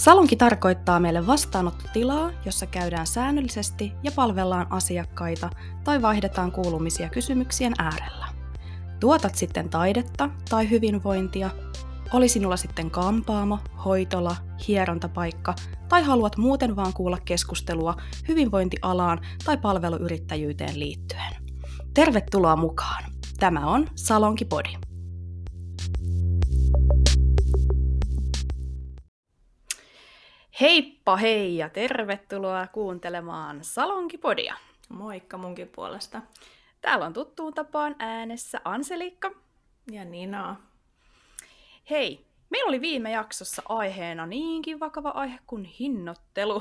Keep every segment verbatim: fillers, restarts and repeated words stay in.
Salonki tarkoittaa meille vastaanottotilaa, jossa käydään säännöllisesti ja palvellaan asiakkaita tai vaihdetaan kuulumisia kysymyksien äärellä. Tuotat sitten taidetta tai hyvinvointia, oli sinulla sitten kampaamo, hoitola, hierontapaikka tai haluat muuten vaan kuulla keskustelua hyvinvointialaan tai palveluyrittäjyyteen liittyen. Tervetuloa mukaan! Tämä on Salonki Podi. Heippa hei ja tervetuloa kuuntelemaan Salonki Podia. Moikka munkin puolesta. Täällä on tuttuun tapaan äänessä Anselikka ja Nina. Hei, meillä oli viime jaksossa aiheena niinkin vakava aihe kuin hinnoittelu.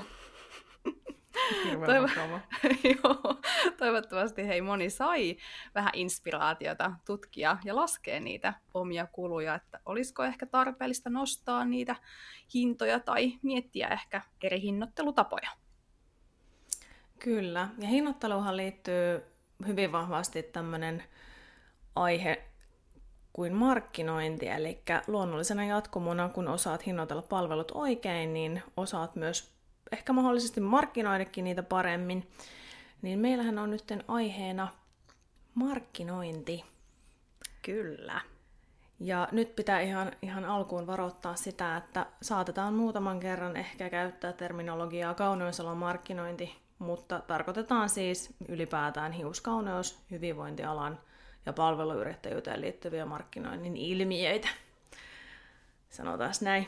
Toivo- Joo, toivottavasti hei moni sai vähän inspiraatiota tutkia ja laskea niitä omia kuluja, että olisiko ehkä tarpeellista nostaa niitä hintoja tai miettiä ehkä eri hinnoittelutapoja. Kyllä, ja hinnoitteluhan liittyy hyvin vahvasti tämmöinen aihe kuin markkinointi, eli luonnollisena jatkumona, kun osaat hinnoitella palvelut oikein, niin osaat myös ehkä mahdollisesti markkinoidakin niitä paremmin, niin meillähän on nyt aiheena markkinointi. Kyllä. Ja nyt pitää ihan, ihan alkuun varoittaa sitä, että saatetaan muutaman kerran ehkä käyttää terminologiaa kauneusalan markkinointi, mutta tarkoitetaan siis ylipäätään hiuskauneus, hyvinvointialan ja palveluyrittäjyyteen liittyviä markkinoinnin ilmiöitä. Sanotaan näin.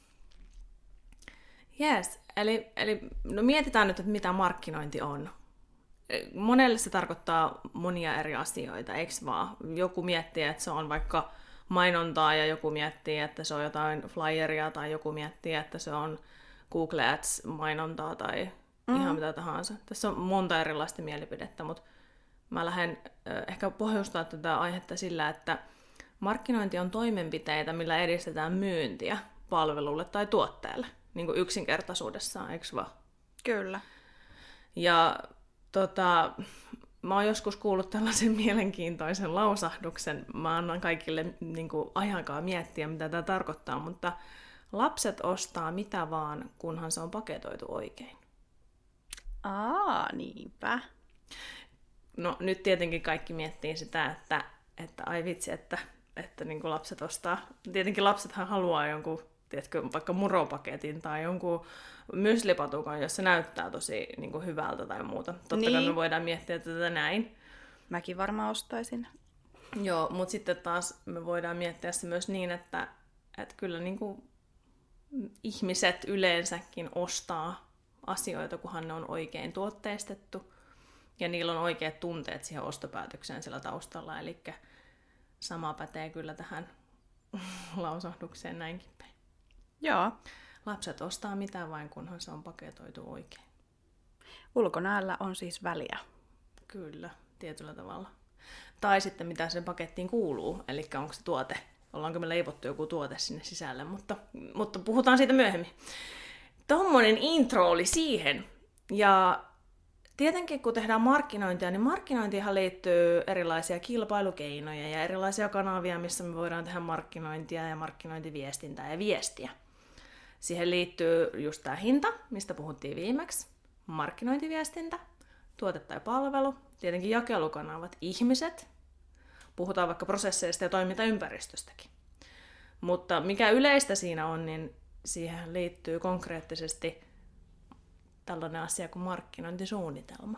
Yes, eli, eli no mietitään nyt, että mitä markkinointi on. Monelle se tarkoittaa monia eri asioita, eikö vaan? Joku miettii, että se on vaikka mainontaa ja joku miettii, että se on jotain flyeria tai joku miettii, että se on Google Ads-mainontaa tai mm-hmm. ihan mitä tahansa. Tässä on monta erilaista mielipidettä, mutta mä lähden ehkä pohjustaa tätä aihetta sillä, että markkinointi on toimenpiteitä, millä edistetään myyntiä palvelulle tai tuotteelle. Niin kuin yksinkertaisuudessaan, eikö vaan? Kyllä. Ja tota, mä oon joskus kuullut tällaisen mielenkiintoisen lausahduksen. Mä annan kaikille niin kuin ajankaan miettiä, mitä tämä tarkoittaa, mutta lapset ostaa mitä vaan, kunhan se on paketoitu oikein. Aa, niinpä. No nyt tietenkin kaikki miettii sitä, että, että ai vitsi, että, että niin kuin lapset ostaa. Tietenkin lapsethan haluaa jonkun, tiedätkö, vaikka muropaketin tai jonkun myslipatukan, jos se näyttää tosi niin kuin hyvältä tai muuta. Totta niin. kai me voidaan miettiä tätä näin. Mäkin varmaan ostaisin. Joo, mutta sitten taas me voidaan miettiä se myös niin, että, että kyllä niin kuin ihmiset yleensäkin ostaa asioita, kunhan ne on oikein tuotteistettu. Ja niillä on oikeat tunteet siihen ostopäätökseen siellä taustalla. Eli sama pätee kyllä tähän lausahdukseen näinkin päin. Joo. Lapset ostaa mitä vain, kunhan se on paketoitu oikein. Ulkonäöllä on siis väliä. Kyllä, tietyllä tavalla. Tai sitten mitä sen pakettiin kuuluu, eli onko se tuote, ollaanko me leivottu joku tuote sinne sisälle, mutta, mutta puhutaan siitä myöhemmin. Tommonen intro oli siihen. Ja tietenkin kun tehdään markkinointia, niin markkinointiinhan liittyy erilaisia kilpailukeinoja ja erilaisia kanavia, missä me voidaan tehdä markkinointia ja markkinointiviestintää ja viestiä. Siihen liittyy just tämä hinta, mistä puhuttiin viimeksi, markkinointiviestintä, tuote tai palvelu, tietenkin jakelukanavat, ihmiset, puhutaan vaikka prosesseista ja toimintaympäristöstäkin. Mutta mikä yleistä siinä on, niin siihen liittyy konkreettisesti tällainen asia kuin markkinointisuunnitelma.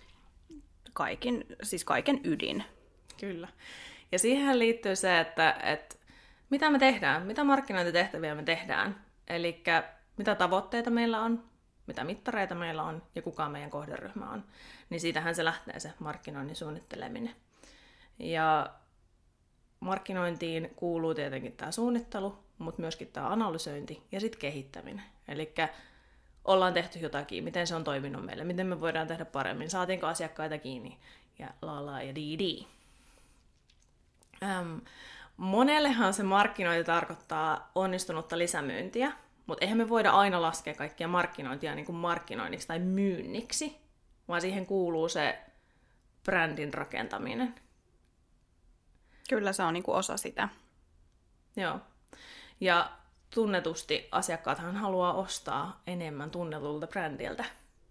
Kaiken, siis kaiken ydin. Kyllä. Ja siihen liittyy se, että, että mitä me tehdään, mitä markkinointitehtäviä me tehdään. Eli mitä tavoitteita meillä on, mitä mittareita meillä on ja kuka meidän kohderyhmä on. Niin siitähän se lähtee se markkinoinnin suunnitteleminen. Ja markkinointiin kuuluu tietenkin tämä suunnittelu, mutta myöskin tämä analysointi ja sitten kehittäminen. Eli ollaan tehty jotakin, miten se on toiminut meille, miten me voidaan tehdä paremmin, saatiinko asiakkaita kiinni ja la ja di di. Ähm, monellehan se markkinointi tarkoittaa onnistunutta lisämyyntiä, mutta eihän me voida aina laskea kaikkia markkinointia niin kuin markkinoinniksi tai myynniksi, vaan siihen kuuluu se brändin rakentaminen. Kyllä se on niin kuin osa sitä. Joo. Ja tunnetusti asiakkaathan haluaa ostaa enemmän tunnetulta brändiltä.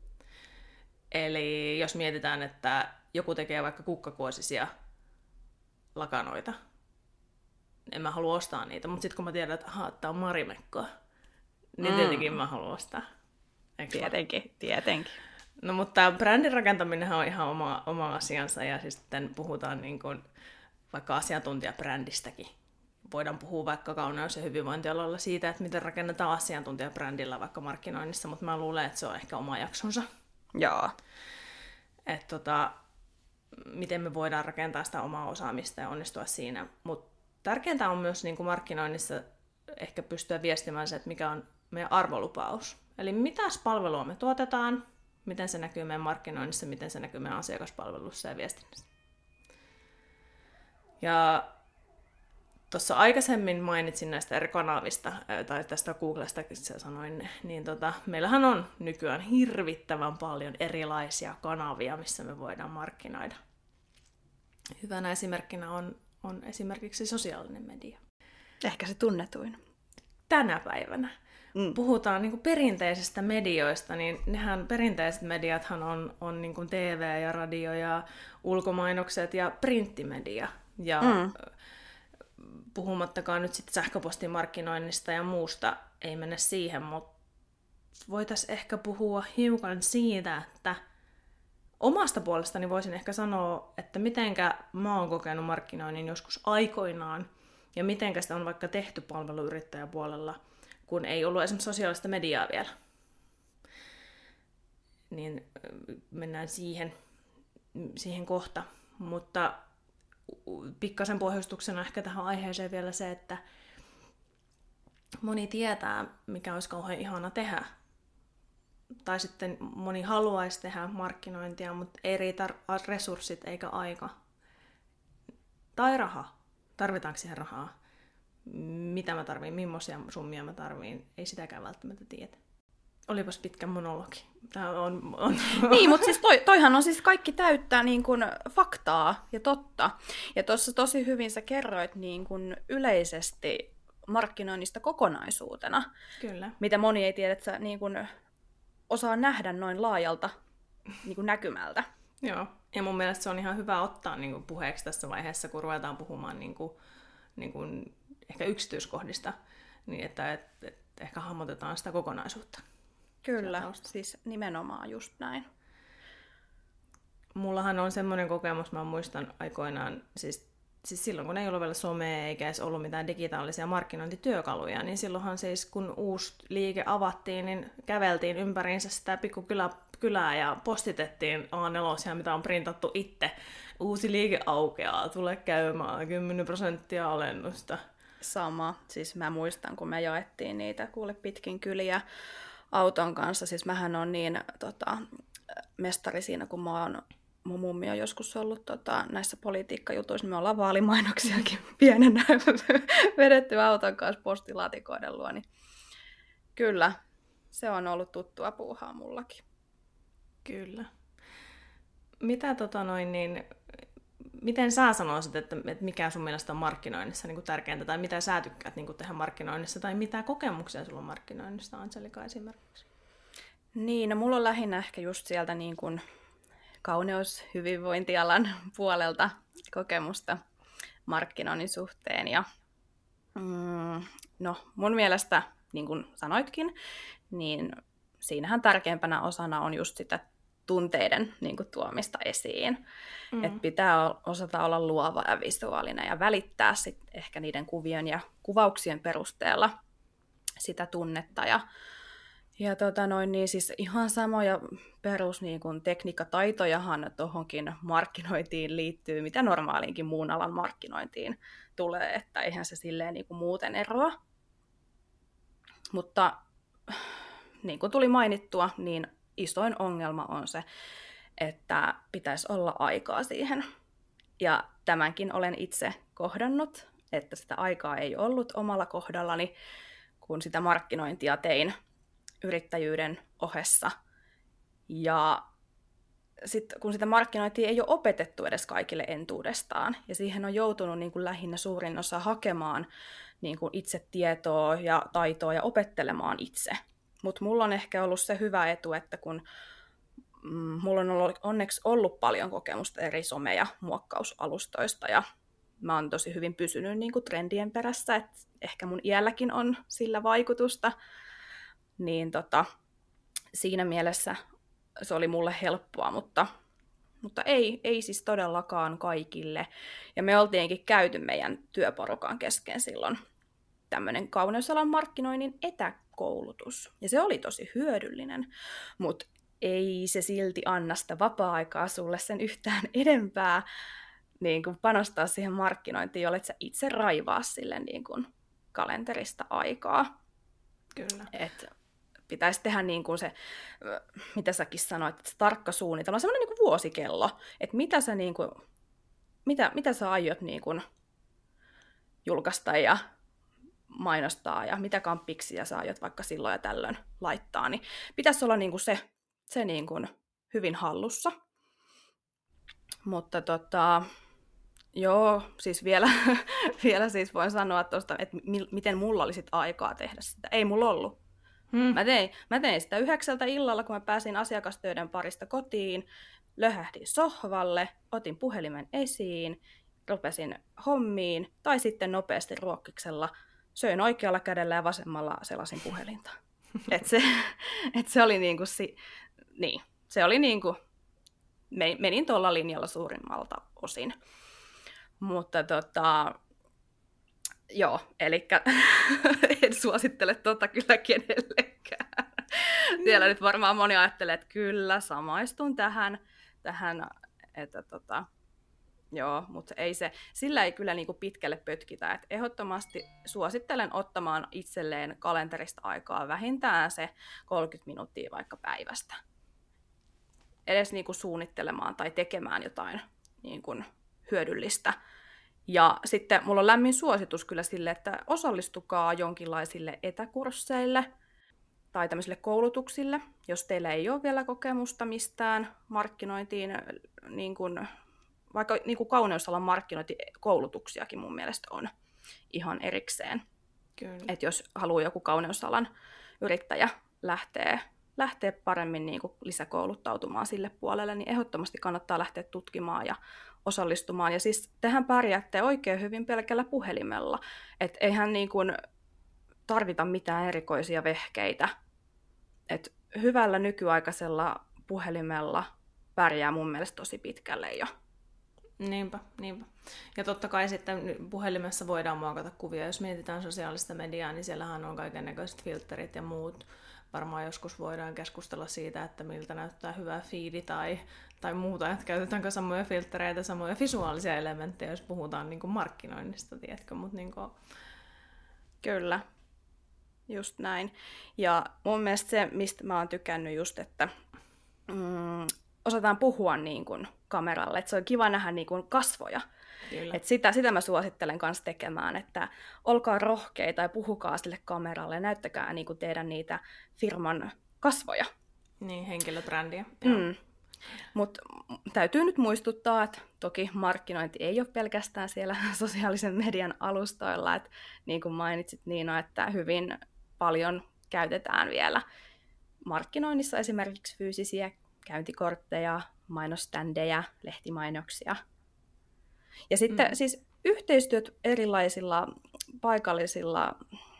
Eli jos mietitään, että joku tekee vaikka kukkakuosisia lakanoita, en mä halua ostaa niitä, mutta sitten kun mä tiedän, että aha, tää on Marimekkoa, niin mm. tietenkin mä haluan ostaa. Eikö tietenkin, vaan? Tietenkin. No mutta brändin rakentaminen on ihan oma, oma asiansa, ja siis sitten puhutaan niin kuin vaikka asiantuntijabrändistäkin. Voidaan puhua vaikka kauneus- ja hyvinvointialalla siitä, että miten rakennetaan asiantuntijabrändillä vaikka markkinoinnissa, mutta mä luulen, että se on ehkä oma jaksonsa. Joo. Että tota, miten me voidaan rakentaa sitä omaa osaamista ja onnistua siinä. Mutta tärkeintä on myös niin kuin markkinoinnissa ehkä pystyä viestimään se, että mikä on meidän arvolupaus. Eli mitäs palvelua me tuotetaan, miten se näkyy meidän markkinoinnissa, miten se näkyy meidän asiakaspalvelussa ja viestinnässä. Ja tuossa aikaisemmin mainitsin näistä eri kanavista, tai tästä Googlesta sanoin, niin tota, meillähän on nykyään hirvittävän paljon erilaisia kanavia, missä me voidaan markkinoida. Hyvänä esimerkkinä on, on esimerkiksi sosiaalinen media. Ehkä se tunnetuin. Tänä päivänä. Mm. Puhutaan niin kuin perinteisistä medioista, niin nehän perinteiset mediathan on, on niin kuin T V ja radio ja ulkomainokset ja printtimedia. Ja mm. puhumattakaan nyt sitten sähköpostimarkkinoinnista ja muusta, ei mennä siihen, mutta voitaisiin ehkä puhua hiukan siitä, että omasta puolestani voisin ehkä sanoa, että mitenkä mä oon kokenut markkinoinnin joskus aikoinaan, ja mitenkä sitä on vaikka tehty palveluyrittäjäpuolella, kun ei ollut esimerkiksi sosiaalista mediaa vielä. Niin mennään siihen, siihen kohta. Mutta pikkasen pohjustuksena ehkä tähän aiheeseen vielä se, että moni tietää, mikä olisi kauhean ihana tehdä. Tai sitten moni haluaisi tehdä markkinointia, mutta ei riitä resurssit eikä aika. Tai raha. Tarvitaanko siihen rahaa? Mitä mä tarviin, millaisia summia mä tarviin, ei sitäkään välttämättä tiedä. Olipas pitkä monologi. Tää on, on... Niin, mutta siis toi, toihan on siis kaikki täyttää niin kuin faktaa ja totta. Ja tuossa tosi hyvin sä kerroit niin kuin yleisesti markkinoinnista kokonaisuutena. Kyllä. Mitä moni ei tiedä, että sä niin kuin osaa nähdä noin laajalta niin kuin näkymältä. Joo, ja mun mielestä se on ihan hyvä ottaa niin kuin puheeksi tässä vaiheessa, kun ruvetaan puhumaan niin kuin, niin kuin ehkä yksityiskohdista, niin että et, et ehkä hahmotetaan sitä kokonaisuutta. Kyllä, siis nimenomaan just näin. Mullahan on semmoinen kokemus, mä muistan aikoinaan, siis, siis silloin kun ei ollut vielä somea eikä edes ollut mitään digitaalisia markkinointityökaluja, niin silloinhan siis kun uusi liike avattiin, niin käveltiin ympäriinsä sitä pikkukylää ja postitettiin A neljä, mitä on printattu itse. Uusi liike aukeaa, tule käymään, kymmenen prosenttia alennusta. Sama. Siis mä muistan, kun me jaettiin niitä kuule pitkin kyliä auton kanssa. Siis mähän on niin tota, mestari siinä, kun mä oon, mun mummi on joskus ollut tota, näissä politiikkajutuissa, niin me ollaan vaalimainoksiakin pienenä vedetty auton kanssa postilaatikoiden luo. Niin kyllä, se on ollut tuttua puuhaa mullakin. Kyllä. Mitä tota noin, niin miten sä sanoisit, että, että mikä sun mielestä on markkinoinnissa niin kuin tärkeintä, tai mitä sä tykkäät niin kuin tehdä markkinoinnissa, tai mitä kokemuksia sulla on markkinoinnista, Angelika esimerkiksi? Niin, no mulla on lähinnä ehkä just sieltä niin kuin kauneus- hyvinvointialan puolelta kokemusta markkinoinnin suhteen, ja mm, no mun mielestä, niin kuin sanoitkin, niin siinähän tärkeimpänä osana on just sitä tunteiden niin kuin, tuomista esiin. Mm. Että pitää osata olla luova ja visuaalinen ja välittää sit ehkä niiden kuvien ja kuvauksien perusteella sitä tunnetta. Ja, ja tota noin, niin siis ihan samoja perus niin kuin tekniikkataitojahan tuohonkin markkinointiin liittyy, mitä normaaliinkin muun alan markkinointiin tulee, että eihän se silleen niin kuin muuten eroa. Mutta niin kuin tuli mainittua, niin isoin ongelma on se, että pitäisi olla aikaa siihen. Ja tämänkin olen itse kohdannut, että sitä aikaa ei ollut omalla kohdallani, kun sitä markkinointia tein yrittäjyyden ohessa. Ja sitten kun sitä markkinointia ei ole opetettu edes kaikille entuudestaan, ja siihen on joutunut niin kuin lähinnä suurin osa hakemaan niin kuin itsetietoa ja taitoa ja opettelemaan itse. Mutta mulla on ehkä ollut se hyvä etu, että kun mm, mulla on ollut, onneksi ollut paljon kokemusta eri some- ja muokkausalustoista, ja mä oon tosi hyvin pysynyt niin kuin trendien perässä, että ehkä mun iälläkin on sillä vaikutusta, niin tota, siinä mielessä se oli mulle helppoa, mutta, mutta ei, ei siis todellakaan kaikille. Ja me oltiinkin käyty meidän työporukan kesken silloin tämmöinen kauneusalan markkinoinnin etäkoulutus. Ja se oli tosi hyödyllinen, mutta ei se silti anna sitä vapaa-aikaa sulle sen yhtään edempää niin kuin panostaa siihen markkinointiin, jollet sä itse raivaa sille niin kuin kalenterista aikaa. Kyllä. Et pitäisi tehdä niin kuin se, mitä säkin sanoit, että se tarkka suunnitelma, semmoinen niin kuin vuosikello, että mitä sä, niin kuin, mitä, mitä sä aiot niin kuin julkaista ja mainostaa ja mitä kamppiksia sä aiot vaikka silloin ja tällöin laittaa, niin pitäisi olla niin kuin se, se niin kuin hyvin hallussa. Mutta tota, joo, siis vielä, vielä siis voin sanoa tuosta, että mi- miten mulla oli sit aikaa tehdä sitä. Ei mulla ollut. Hmm. Mä, tein, mä tein sitä yhdeksältä illalla, kun mä pääsin asiakastöiden parista kotiin, löhähdin sohvalle, otin puhelimen esiin, rupesin hommiin, tai sitten nopeasti ruokkiksella söin oikealla kädellä ja vasemmalla selasin puhelinta. Et se, et se oli niinku, si, niin, se oli niinku, menin tuolla linjalla suurimmalta osin. Mutta tota, joo, eli en suosittele tota kyllä kenellekään. Siellä nyt varmaan moni ajattelee, että kyllä, samaistun tähän, tähän että tota, joo, mutta ei se, sillä ei kyllä niinku pitkälle pötkitä. Et ehdottomasti suosittelen ottamaan itselleen kalenterista aikaa vähintään se kolmekymmentä minuuttia vaikka päivästä. Edes niinku suunnittelemaan tai tekemään jotain niinku hyödyllistä. Ja sitten mulla on lämmin suositus kyllä sille, että osallistukaa jonkinlaisille etäkursseille tai tämmöisille koulutuksille, jos teillä ei ole vielä kokemusta mistään markkinointiin, niin kuin, vaikka niin kuin kauneusalan markkinointikoulutuksiakin mun mielestä on ihan erikseen. Että jos haluaa joku kauneusalan yrittäjä lähteä, lähteä paremmin niin kuin lisäkouluttautumaan sille puolelle, niin ehdottomasti kannattaa lähteä tutkimaan ja osallistumaan. Ja siis tehän pärjäätte oikein hyvin pelkällä puhelimella. Että eihän niin kuin tarvita mitään erikoisia vehkeitä. Et hyvällä nykyaikaisella puhelimella pärjää mun mielestä tosi pitkälle jo. Niinpä, niinpä. Ja totta kai sitten puhelimessa voidaan muokata kuvia. Jos mietitään sosiaalista mediaa, niin siellähän on kaikennäköiset filterit ja muut. Varmaan joskus voidaan keskustella siitä, että miltä näyttää hyvä fiidi tai, tai muuta, että käytetäänkö samoja filtreitä, samoja visuaalisia elementtejä, jos puhutaan niin kuin markkinoinnista, tiedätkö? Mut niin kuin... Kyllä, just näin. Ja mun mielestä se, mistä mä oon tykännyt just, että mm, osataan puhua niin kuin kameralle, että se on kiva nähdä niin kuin kasvoja. Et sitä, sitä mä suosittelen kanssa tekemään, että olkaa rohkeita ja puhukaa sille kameralle ja näyttäkää niin kuin teidän niitä firman kasvoja. Niin, henkilöbrändiä. Mm. Mutta täytyy nyt muistuttaa, että toki markkinointi ei ole pelkästään siellä sosiaalisen median alustoilla, että niin kuin mainitsit Niina, että hyvin paljon käytetään vielä markkinoinnissa esimerkiksi fyysisiä käyntikortteja, mainoständejä, lehtimainoksia. Ja sitten mm. siis yhteistyöt erilaisilla paikallisilla,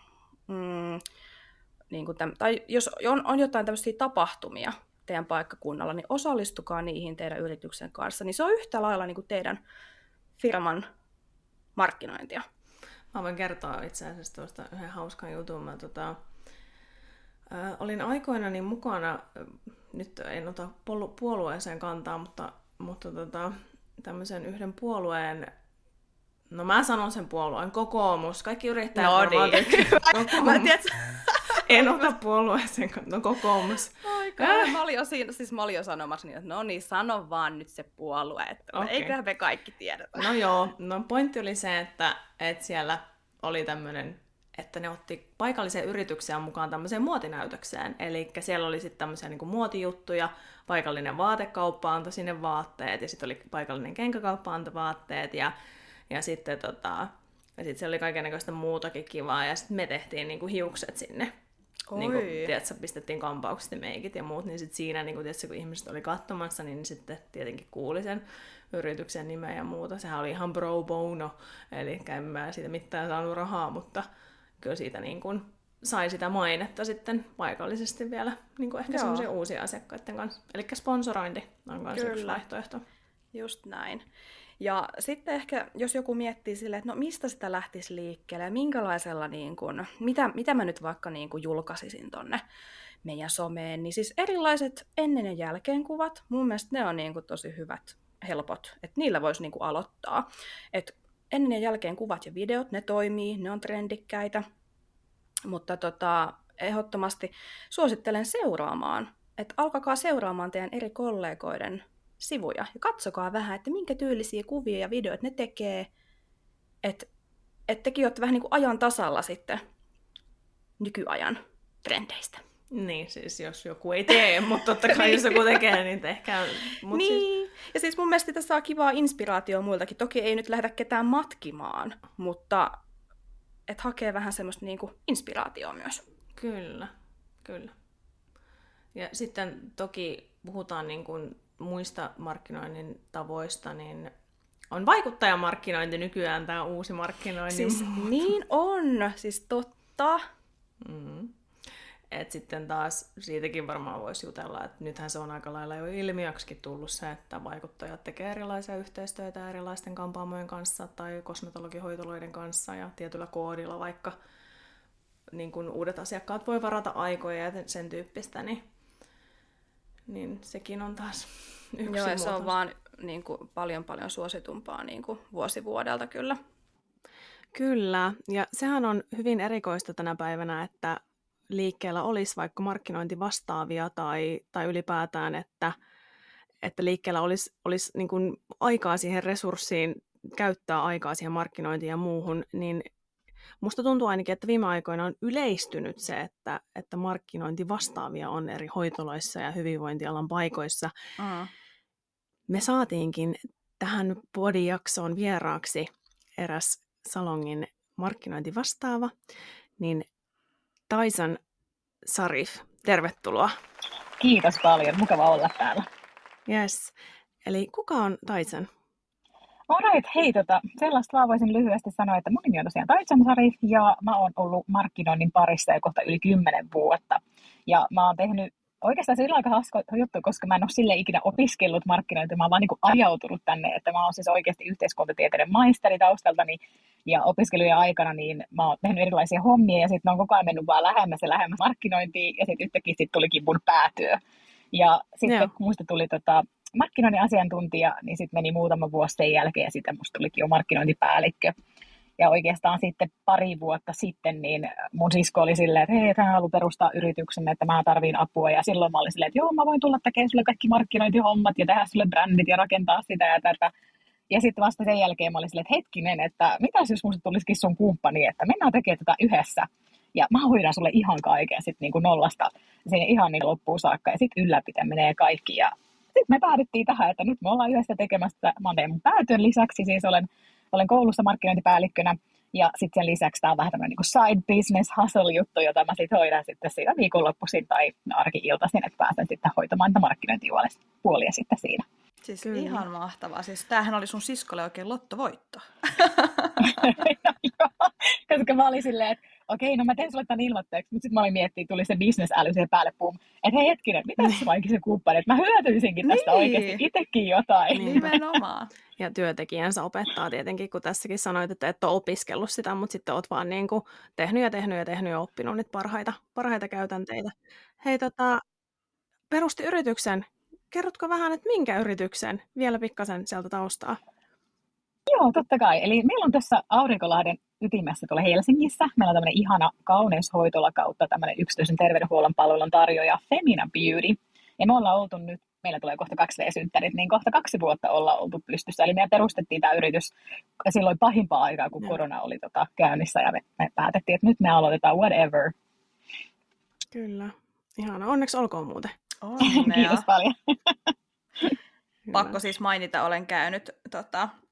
mm, niin kuin täm, tai jos on, on jotain tämmöisiä tapahtumia teidän paikkakunnalla, niin osallistukaa niihin teidän yrityksen kanssa. Niin se on yhtä lailla niin kuin teidän firman markkinointia. Mä voin kertoa itse asiassa tuosta yhden hauskan jutun. Mä tota, äh, olin aikoinani mukana, nyt en ota puolueeseen kantaa, mutta, mutta tota, tämmöisen yhden puolueen, no mä sanon sen puolueen, kokoomus, kaikki yrittäjät no varmaan niin. kokoomus. Mä tiedät, en ota puolueeseen kantaa, no kokoomus. Aika, äh. mä, olin jo siinä, siis mä olin jo sanomassa niin, että no niin, sano vaan nyt se puolue, että okay. Eiköhän me kaikki tiedetä. No joo, no pointti oli se, että, että siellä oli tämmöinen, että ne otti paikallisia yrityksiä mukaan tämmöiseen muotinäytökseen. Eli siellä oli sitten tämmöisiä niin kuin muotijuttuja, paikallinen vaatekauppa antoi sinne vaatteet, ja sitten oli paikallinen kenkäkauppa antoi vaatteet, ja, ja sitten tota, Ja sitten siellä oli kaikennäköistä muutakin kivaa, ja sitten me tehtiin niinku hiukset sinne. Niin kuin, tiedätkö, pistettiin kampaukset ja meikit ja muut, niin sitten siinä, niin kuin, tiedätkö, kun ihmiset oli katsomassa, niin sitten tietenkin kuuli sen yrityksen nimeä ja muuta. Sehän oli ihan pro bono, eli en mä siitä mitään saanut rahaa, mutta kyllä siitä niin kuin, sai sitä mainetta sitten paikallisesti vielä niin kuin ehkä semmoisia uusia asiakkaiden kanssa. Eli sponsorointi on myös yksi vaihtoehto. Just näin. Ja sitten ehkä, jos joku miettii silleen, että no mistä sitä lähtisi liikkeelle ja minkälaisella, niin kun, mitä, mitä mä nyt vaikka niin kun julkaisisin tonne meidän someen, niin siis erilaiset ennen ja jälkeen kuvat, mun mielestä ne on niin kun tosi hyvät, helpot, että niillä voisi niin kun aloittaa. Et ennen ja jälkeen kuvat ja videot, ne toimii, ne on trendikkäitä, mutta tota, ehdottomasti suosittelen seuraamaan, että alkakaa seuraamaan teidän eri kollegoiden sivuja ja katsokaa vähän, että minkä tyylisiä kuvia ja videoita ne tekee, että et tekin olette vähän niin kuin ajan tasalla sitten nykyajan trendeistä. Niin, siis jos joku ei tee, mutta totta kai jos joku tekee, niin tehkää. Mut niin, siis... ja siis mun mielestä tässä saa kivaa inspiraatioa muiltakin. Toki ei nyt lähdetä ketään matkimaan, mutta et hakee vähän semmoista niin kuin inspiraatioa myös. Kyllä, kyllä. Ja sitten toki puhutaan niin kuin muista markkinoinnin tavoista, niin on vaikuttajamarkkinointi nykyään tämä uusi markkinoinnin siis muoto. Niin on, siis totta. Mm. Et sitten taas siitäkin varmaan voisi jutella, että nythän se on aika lailla jo ilmiöksikin tullut se, että vaikuttajat tekee erilaisia yhteistyötä erilaisten kampaamojen kanssa tai kosmetologihoitoloiden kanssa ja tietyllä koodilla vaikka niin kun uudet asiakkaat voi varata aikoja ja sen tyyppistä, niin niin sekin on taas yksi Joo, ja se on muoto. vaan niin kuin, paljon paljon suositumpaa niin kuin, vuosi vuodelta kyllä. Kyllä, ja sehän on hyvin erikoista tänä päivänä, että liikkeellä olisi vaikka markkinointivastaavia tai, tai ylipäätään, että, että liikkeellä olisi, olisi niin kuin aikaa siihen resurssiin, käyttää aikaa siihen markkinointiin ja muuhun, niin musta tuntuu ainakin, että viime aikoina on yleistynyt se, että, että markkinointivastaavia on eri hoitoloissa ja hyvinvointialan paikoissa. Mm. Me saatiinkin tähän podijaksoon vieraaksi eräs salongin markkinointivastaava, niin Taisan Sarif, tervetuloa. Kiitos paljon, mukava olla täällä. Yes. Eli kuka on Taisan? Alright, hei, tota, sellaista vaan voisin lyhyesti sanoa, että mun nimi on tosiaan Taisan Sarif ja mä oon ollut markkinoinnin parissa jo kohta yli kymmenen vuotta. Ja mä oon tehnyt oikeastaan sillä aika hauska juttu, koska mä en ole sille ikinä opiskellut markkinointia, mä oon vaan niin kuin ajautunut tänne, että mä oon siis oikeasti yhteiskuntatieteiden maisteri taustaltani ja opiskelujen aikana niin mä oon tehnyt erilaisia hommia ja sitten mä oon koko ajan mennyt vaan lähemmäs ja lähemmäs markkinointiin ja sitten yhtäkkiä sit tulikin mun päätyö. Ja sitten Joo. kun musta tuli tota, markkinoinnin asiantuntija, niin sitten meni muutama vuosi sen jälkeen ja sitten musta tulikin jo markkinointipäällikkö. Ja oikeastaan sitten pari vuotta sitten niin mun sisko oli silleen, että hei, hän haluaa perustaa yrityksen, että mä tarviin apua. Ja silloin mä olin silleen, että joo, mä voin tulla tekemään sulle kaikki markkinointihommat ja tehdä sulle brändit ja rakentaa sitä ja tätä. Ja sitten vasta sen jälkeen mä olin silleen, että hetkinen, että mitäs jos musta tulisikin sun kumppani, että mennään tekemään tätä yhdessä. Ja mä hoidan sulle ihan kaiken sitten niin kuin nollasta siihen ihan niin loppuun saakka. Ja sitten ylläpitäminen ja kaikki. Ja sitten me päädyttiin tähän, että nyt me ollaan yhdessä tekemässä. Mä oon mun päätyön lisäksi, siis olen Olen koulussa markkinointipäällikkönä ja sitten sen lisäksi tämä on vähän tämmöinen niin side business hustle-juttu, jota mä sitten hoidan sitten siinä viikonloppuisin tai arki-iltaisin, että pääsen sitten hoitamaan tätä markkinointipuolia sitten siinä. Siis Kyllä. Ihan mahtavaa. Siis tämähän oli sun siskolle oikein lottovoitto. Joo, koska mä olin silleen, että okei, no mä teen sulle tämän ilmoitteeksi, mutta sitten mä olin miettiä, tuli se business-äly siihen päälle, pum, että hei hetkinen, mitä se vaikka se kumppani, että mä hyötyisinkin tästä niin. oikeasti itsekin jotain. Nimenomaan. Ja työntekijänsä opettaa tietenkin, kun tässäkin sanoit, että et ole opiskellut sitä, mutta sitten oot vaan niin kuin tehnyt ja tehnyt ja tehnyt ja oppinut niitä parhaita, parhaita käytänteitä. Hei, tota, perusti yrityksen. Kerrotko vähän, että minkä yrityksen? Vielä pikkasen sieltä taustaa. Joo, totta kai. Eli meillä on tässä Aurinkolahden ytimessä tuolla Helsingissä. Meillä on tämmöinen ihana kauneushoitola kautta tämmöinen yksityisen terveydenhuollon palvelun tarjoaja Femina Beauty. Ja me ollaan oltu nyt, meillä tulee kohta kaksi V-synttärit, niin kohta kaksi vuotta ollaan oltu pystyssä. Eli me perustettiin tämä yritys silloin pahimpaa aikaa, kun no. korona oli tota käynnissä. Ja me, me päätettiin, että nyt me aloitetaan whatever. Kyllä. Ihana. Onneksi olkoon muuten. Onnea. Kiitos paljon. Pakko siis mainita, olen käynyt tota,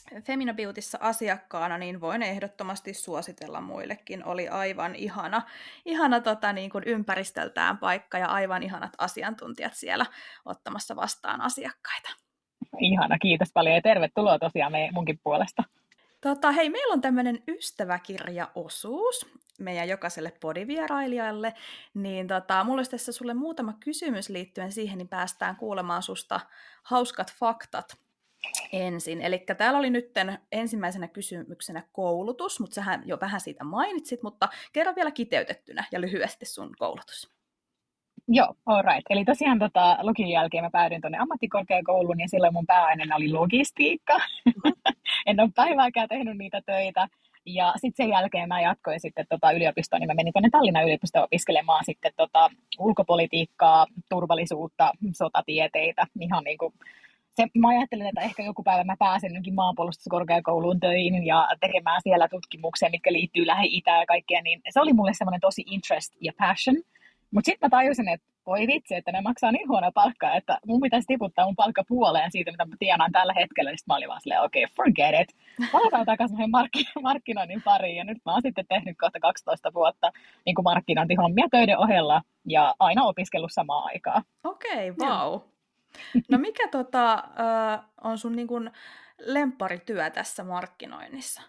Femina Beautyssä asiakkaana, niin voin ehdottomasti suositella muillekin. Oli aivan ihana, ihana tota, niin kuin ympäristöltään paikka ja aivan ihanat asiantuntijat siellä ottamassa vastaan asiakkaita. Ihana, kiitos paljon ja tervetuloa tosiaan meidän munkin puolesta. Tota, hei, meillä on tämmöinen ystäväkirjaosuus meidän jokaiselle podivierailijalle, niin tota, mulla olisi tässä sulle muutama kysymys liittyen siihen, niin päästään kuulemaan susta hauskat faktat ensin. Eli täällä oli nyt ensimmäisenä kysymyksenä koulutus, mutta sähän jo vähän siitä mainitsit, mutta kerro vielä kiteytettynä ja lyhyesti sun koulutus. Joo, all right. Eli tosiaan tota, lukion jälkeen mä päädyin tuonne ammattikorkeakouluun ja silloin mun pääaineena oli logistiikka. En ole päivääkään tehnyt niitä töitä. Ja sitten sen jälkeen mä jatkoin sitten tota yliopistoon, niin mä menin tuonne Tallinnan yliopistoon opiskelemaan sitten tota ulkopolitiikkaa, turvallisuutta, sotatieteitä. Ihan niin kuin se, mä ajattelin, että ehkä joku päivä mä pääsen jonkin maanpuolustuskorkeakouluun töihin ja tekemään siellä tutkimuksia, mitkä liittyy Lähi-Itään ja kaikkea. Niin se oli mulle semmoinen tosi interest ja passion. Mutta sitten mä tajusin, että voi vitsi, että ne maksaa niin huonoa palkkaa, että mun pitäisi tiputtaa mun palkka puoleen siitä, mitä mä tienaan tällä hetkellä. Sitten mä olin vaan silleen, okei, okay, forget it. Palataan takaisin noihin mark- markkinoinnin pariin. Ja nyt mä oon sitten tehnyt kohta kaksitoista vuotta niin kuin markkinointihommia töiden ohella ja aina opiskellut samaan aikaan. Okei, okay, vau. Wow. No mikä tota, äh, on sun niin kun lempparityö tässä markkinoinnissa?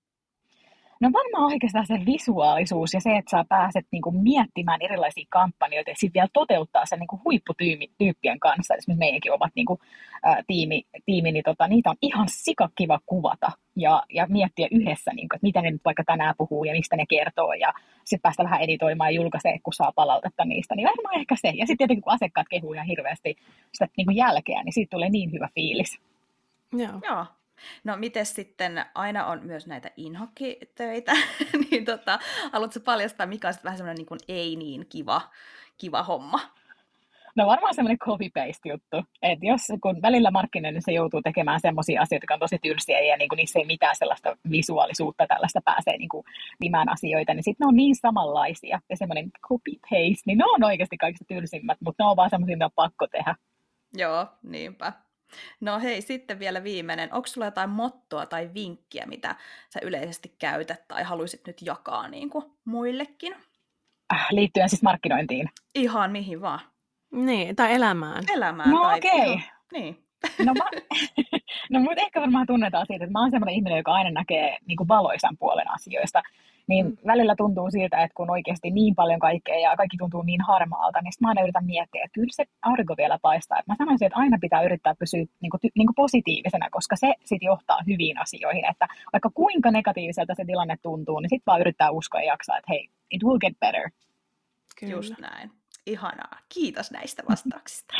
No varmaan oikeastaan se visuaalisuus ja se, että sä pääset niinku miettimään erilaisia kampanjoita ja sitten vielä toteuttaa sen niinku huipputyyppien kanssa. Esimerkiksi meidänkin ovat niinku, ä, tiimi, tiimi niin tota, niitä on ihan sikakiva kuvata ja, ja miettiä yhdessä, niinku, että mitä ne nyt vaikka tänään puhuu ja mistä ne kertoo. Ja sitten päästä vähän editoimaan ja julkaisee, kun saa palautetta niistä. Niin varmaan ehkä se. Ja sitten tietenkin kun asiakkaat kehuu ihan hirveästi sitä niinku jälkeä, niin siitä tulee niin hyvä fiilis. Joo. Joo. No mites sitten, aina on myös näitä inhokkitöitä, niin tota, haluatko paljastaa, mikä on sitten vähän semmoinen niin kuin ei niin kiva, kiva homma? No varmaan semmoinen copy-paste juttu, että jos kun välillä markkinoinnissa joutuu tekemään semmoisia asioita, jotka on tosi tylsiä ja niin kuin niissä ei mitään sellaista visuaalisuutta tällaista pääsee niin kuin timään asioita, niin sitten ne on niin samanlaisia ja semmoinen copy-paste, niin ne on oikeasti kaikista tylsimmät, mutta ne on vaan semmoisia, mitä on pakko tehdä. Joo, niinpä. No hei, sitten vielä viimeinen. Onko sulla jotain mottoa tai vinkkiä, mitä sä yleisesti käytät tai haluaisit nyt jakaa niin kuin muillekin? Liittyen siis markkinointiin? Ihan mihin vaan. Niin, tai elämään. Elämään. No tai okei. Okay. Niin. No, mä, no mut ehkä varmaan tunnetaan siitä, että mä oon semmoinen ihminen, joka aina näkee niin kuin valoisan puolen asioista. Niin mm. välillä tuntuu siltä, että kun oikeasti niin paljon kaikkea ja kaikki tuntuu niin harmaalta, niin sitten mä aina yritän miettiä, että kyllä se aurinko vielä paistaa. Että mä sanoisin, että aina pitää yrittää pysyä niin kuin, niin kuin positiivisena, koska se sitten johtaa hyviin asioihin. Että vaikka kuinka negatiiviselta se tilanne tuntuu, niin sitten vaan yrittää uskoa ja jaksaa, että hei, it will get better. Kyllä. Just näin. Ihanaa. Kiitos näistä vastauksista.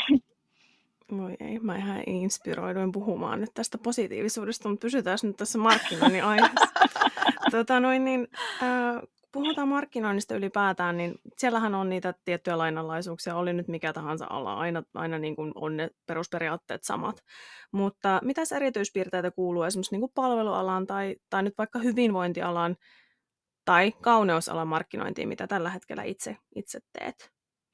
Voi ei, mä ihan inspiroiduin puhumaan nyt tästä positiivisuudesta, mutta pysytään nyt tässä markkinoinnin aiheessa. tota, noin, niin, äh, puhutaan markkinoinnista ylipäätään, niin siellähän on niitä tiettyjä lainalaisuuksia, oli nyt mikä tahansa ala, aina, aina niin kuin on ne perusperiaatteet samat. Mutta mitäs erityispiirteitä kuuluu esimerkiksi niin kuin palvelualaan tai, tai nyt vaikka hyvinvointialaan tai kauneusalan markkinointiin, mitä tällä hetkellä itse, itse teet?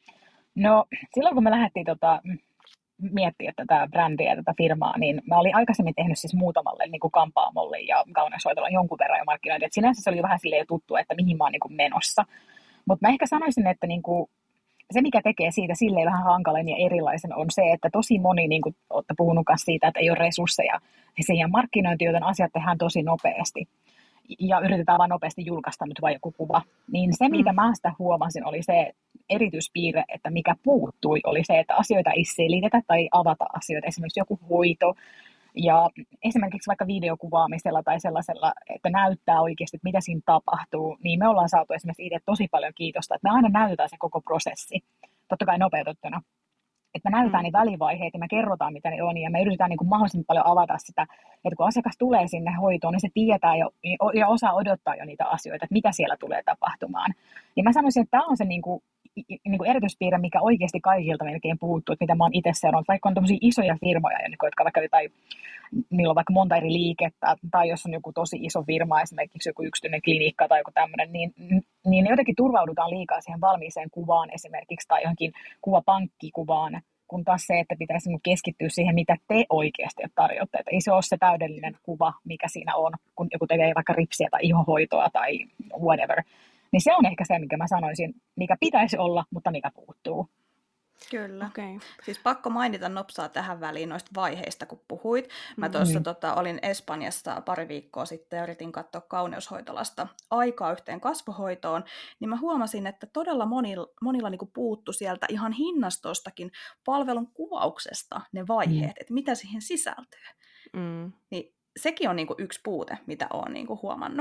No silloin kun me lähdettiin tota, miettiä tätä brändiä ja tätä firmaa, niin mä olin aikaisemmin tehnyt siis muutamalle niin kuin kampaamolle ja kauneushoitolle jonkun verran jo markkinointia. Et sinänsä se oli vähän silleen tuttu, että mihin mä oon niin kuin menossa. Mutta mä ehkä sanoisin, että niin kuin se mikä tekee siitä silleen vähän hankalan ja erilaisen on se, että tosi moni, niin kuin olette puhunut siitä, että ei ole resursseja siihen markkinointiin, joten asiat tehdään tosi nopeasti. Ja yritetään vaan nopeasti julkaista nyt vain joku kuva. Niin se, mitä mm. mä sitä huomasin, oli se erityispiirre, että mikä puuttui, oli se, että asioita ei selitetä tai avata asioita. Esimerkiksi joku hoito ja esimerkiksi vaikka videokuvaamisella tai sellaisella, että näyttää oikeasti, että mitä siinä tapahtuu, niin me ollaan saatu esimerkiksi itse tosi paljon kiitosta, että me aina näytetään se koko prosessi, totta kai nopeutettuna. Että me näytetään mm. niitä välivaiheita ja me kerrotaan, mitä ne on, ja me yritetään niin kuin mahdollisimman paljon avata sitä, että kun asiakas tulee sinne hoitoon, niin se tietää jo, ja osaa odottaa jo niitä asioita, että mitä siellä tulee tapahtumaan. Ja mä sanoisin, että tämä on se niin kuin, niin kuin erityispiirre, mikä oikeasti kaikilta melkein puuttuu, että mitä mä oon itse seurannut, vaikka on tämmöisiä isoja firmoja, jotka vaikka jotain, niillä on vaikka monta eri liikettä, tai jos on joku tosi iso firma, esimerkiksi joku yksityinen klinikka tai joku tämmöinen, niin, niin jotenkin turvaudutaan liikaa siihen valmiiseen kuvaan esimerkiksi, tai johonkin kuvapankkikuvaan, kun taas se, että pitäisi keskittyä siihen, mitä te oikeasti tarjotte. Että ei se ole se täydellinen kuva, mikä siinä on, kun joku tekee vaikka ripsiä tai ihohoitoa tai whatever. Niin se on ehkä se, mikä mä sanoisin, mikä pitäisi olla, mutta mikä puuttuu. Kyllä. Okay. Siis pakko mainita nopsaa tähän väliin noista vaiheista, kun puhuit. Mä tuossa mm. tota, olin Espanjassa pari viikkoa sitten ja yritin katsoa kauneushoitolasta aikaa yhteen kasvohoitoon, niin mä huomasin, että todella monilla, monilla niinku puuttu sieltä ihan hinnastostakin palvelun kuvauksesta ne vaiheet, mm. että mitä siihen sisältyy. Mm. Niin sekin on niinku yksi puute, mitä olen niinku huomannut.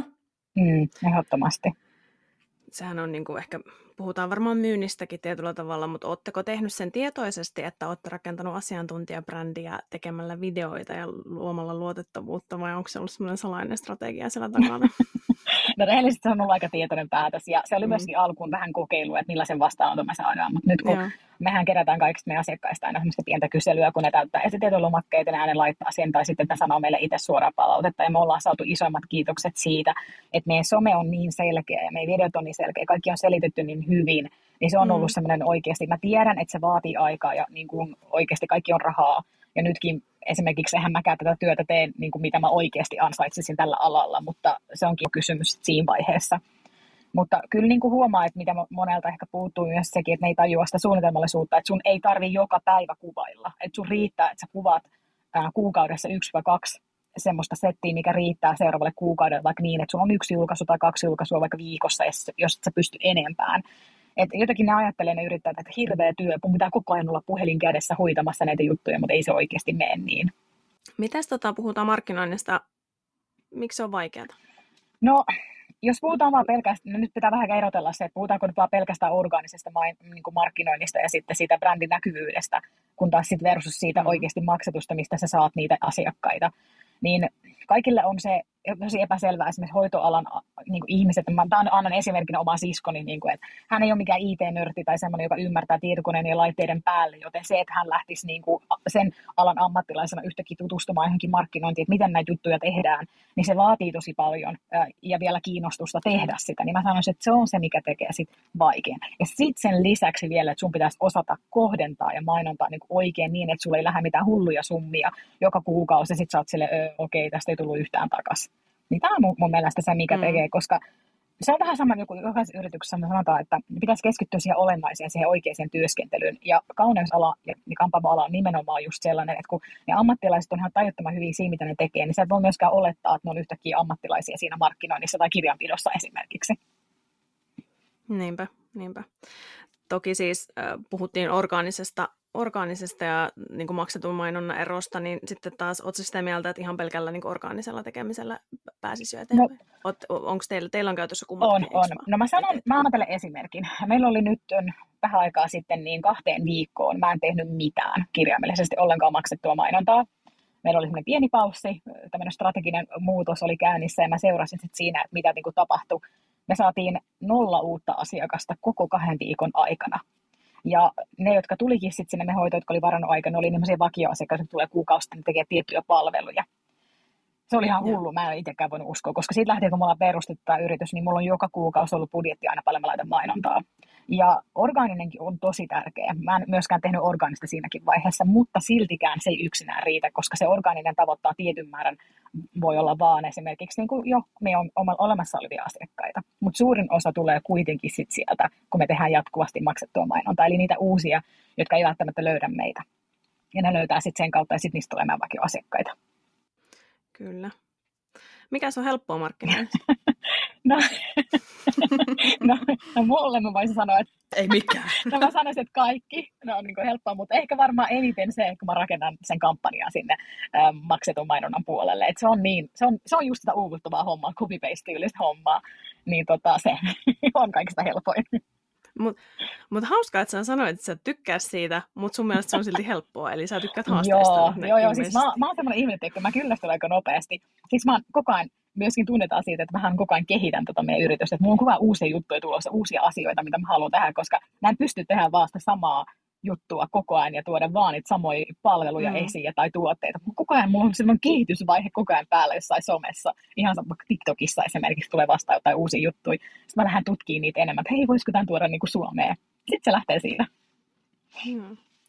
Mm, ehdottomasti. Sehän on niin kuin ehkä, puhutaan varmaan myynnistäkin tietyllä tavalla, mutta ootteko tehnyt sen tietoisesti, että olette rakentanut asiantuntijabrändiä tekemällä videoita ja luomalla luotettavuutta, vai onko se ollut semmoinen salainen strategia siellä takana? No rehellisesti se on ollut aika tietoinen päätös, ja se oli mm. myöskin alkuun vähän kokeilu, että millaisen vastaanoton me saadaan, mutta nyt kun Joo. mehän kerätään kaikista meidän asiakkaista aina semmoista pientä kyselyä, kun ne täyttää esitietolomakkeita, ne aina laittaa siihen, tai sitten ne sanoo meille itse suoraan palautetta, ja me ollaan saatu isoimmat kiitokset siitä, että meidän some on niin selkeä, ja meidän videot on niin selkeä, kaikki on selitetty niin hyvin, niin se on ollut mm. semmoinen oikeasti, mä tiedän, että se vaatii aikaa, ja niin kuin oikeasti kaikki on rahaa, ja nytkin esimerkiksi eihän mäkään tätä työtä teen, niin kuin mitä mä oikeasti ansaitsisin tällä alalla, mutta se onkin kysymys siinä vaiheessa. Mutta kyllä niin kuin huomaa, että mitä monelta ehkä puuttuu myös sekin, että ne ei tajua sitä suunnitelmallisuutta, että sun ei tarvitse joka päivä kuvailla. Että sun riittää, että sä kuvaat ää, kuukaudessa yksi vai kaksi semmoista settiä, mikä riittää seuraavalle kuukaudelle, vaikka niin, että sulla on yksi julkaisu tai kaksi julkaisua vaikka viikossa, jos et sä pysty enempään. Että jotenkin ne ajattelee, ne yrittää, että hirveä työ, mun pitää koko ajan olla puhelin kädessä hoitamassa näitä juttuja, mutta ei se oikeasti mene niin. Mitäs tota, puhutaan markkinoinnista? Miksi se on vaikeaa? No, jos puhutaan vaan pelkästään, no nyt pitää vähän erotella se, että puhutaanko nyt vaan pelkästään orgaanisesta niin kuin markkinoinnista ja sitten siitä brändin näkyvyydestä, kun taas sitten versus siitä mm. oikeasti maksetusta, mistä sä saat niitä asiakkaita. Niin kaikille on se tosi epäselvää esimerkiksi hoitoalan niin kuin ihmiset. Mä annan esimerkkinä omaa siskoni, niin kuin, että hän ei ole mikään I T-nörtti tai semmoinen, joka ymmärtää tietokoneen ja laitteiden päälle, joten se, että hän lähtisi niin kuin sen alan ammattilaisena yhtäkkiä tutustumaan johonkin markkinointiin, että miten näitä juttuja tehdään, niin se vaatii tosi paljon ja vielä kiinnostusta tehdä sitä. Niin mä sanoisin, että se on se, mikä tekee sit vaikean. Ja sitten sen lisäksi vielä, että sun pitäisi osata kohdentaa ja mainontaa niin kuin oikein niin, että sulla ei lähde mitään hulluja summia joka kuukausi ja sitten sä oot silleen, okei, okay, tästä ei tullut yhtään takaisin. Niin tämä on mun, mun mielestä se, mikä mm. tekee, koska se on vähän sama, joku jokaisessa yrityksessä me sanotaan, että pitäisi keskittyä siihen olennaiseen, siihen oikeaan työskentelyyn. Ja kauneusala ja kampaamoala on nimenomaan just sellainen, että kun ne ammattilaiset on ihan tajuttoman hyviä siinä, mitä ne tekee, niin sä et voi myöskään olettaa, että ne on yhtäkkiä ammattilaisia siinä markkinoinnissa tai kirjanpidossa esimerkiksi. Niinpä, niinpä. Toki siis äh, puhuttiin orgaanisesta, orgaanisesta ja niin kuin maksetun mainonnan erosta, niin sitten taas ootko sitä mieltä, että ihan pelkällä niin kuin orgaanisella tekemisellä pääsisi jo eteenpäin? No, onko teillä, teillä on käytössä kummatkin? On, on. No mä sanon, mä annan teille esimerkin. Meillä oli nyt vähän aikaa sitten niin kahteen viikkoon, mä en tehnyt mitään kirjaimellisesti ollenkaan maksettua mainontaa. Meillä oli semmoinen pieni paussi, tämmöinen strateginen muutos oli käynnissä ja mä seurasin sitten siinä, että mitä niin kuin tapahtui. Me saatiin nolla uutta asiakasta koko kahden viikon aikana. Ja ne, jotka tulikin sitten sinne, ne hoitoja, jotka oli varannut aikana, oli nimmöisiä vakioasiakkaita, jotka tulee kuukausi sitten tekee tiettyjä palveluja. Se oli ihan hullu, mä en itsekään voinut uskoa, koska siitä lähtien, kun me ollaan perustettu tämä yritys, niin mulla on joka kuukausi ollut budjetti aina paljon, mä laitan mainontaa. Ja orgaaninenkin on tosi tärkeä. Mä en myöskään tehnyt orgaanista siinäkin vaiheessa, mutta siltikään se ei yksinään riitä, koska se orgaaninen tavoittaa tietyn määrän, voi olla vaan esimerkiksi niin kuin jo me on olemassa olevia asiakkaita. Mutta suurin osa tulee kuitenkin sit sieltä, kun me tehdään jatkuvasti maksettua mainontaa, eli niitä uusia, jotka ei välttämättä löydä meitä. Ja ne löytää sitten sen kautta ja sitten niistä tulee meidän vakioasiakkaita. Kyllä. Mikä se on helppoa markkinoinnista? no, no, no mulle mä voisin sanoa, että ei mikään. No mä sanoisin, että kaikki ne on niin kuin helppoa, mutta ehkä varmaan eniten se, kun mä rakennan sen kampanjan sinne ähm, maksetun mainonnan puolelle. Et se on niin, se on, se on just sitä uuvuttavaa hommaa, copy-paste-tyylistä hommaa, niin tota, se on kaikista helpoin. Mutta mut hauskaa, että sä sanoit, että sä tykkää siitä, mutta sun mielestä se on silti helppoa, eli sä tykkäät haasteista. Joo, joo, joo, siis mä, mä oon semmoinen ihminen, että mä kyllästyn aika nopeasti. Siis mä oon koko ajan, myöskin tunnetaan siitä, että mähän koko ajan kehitän tota meidän yritystä, että mulla on koko ajan uusia juttuja tulossa, uusia asioita, mitä mä haluan tehdä, koska mä en pysty tehdä vaan sitä samaa juttua koko ajan ja tuoda vaan niitä samoja palveluja mm. esiin tai tuotteita. Koko ajan mulla on semmoinen kehitysvaihe koko ajan päällä jossain somessa. Ihan vaikka TikTokissa esimerkiksi tulee vastaan jotain uusia juttuja. Sitten mä lähden tutkimaan niitä enemmän, että hei, voisiko tämän tuoda niin kuin Suomeen. Sitten se lähtee siinä. Hmm.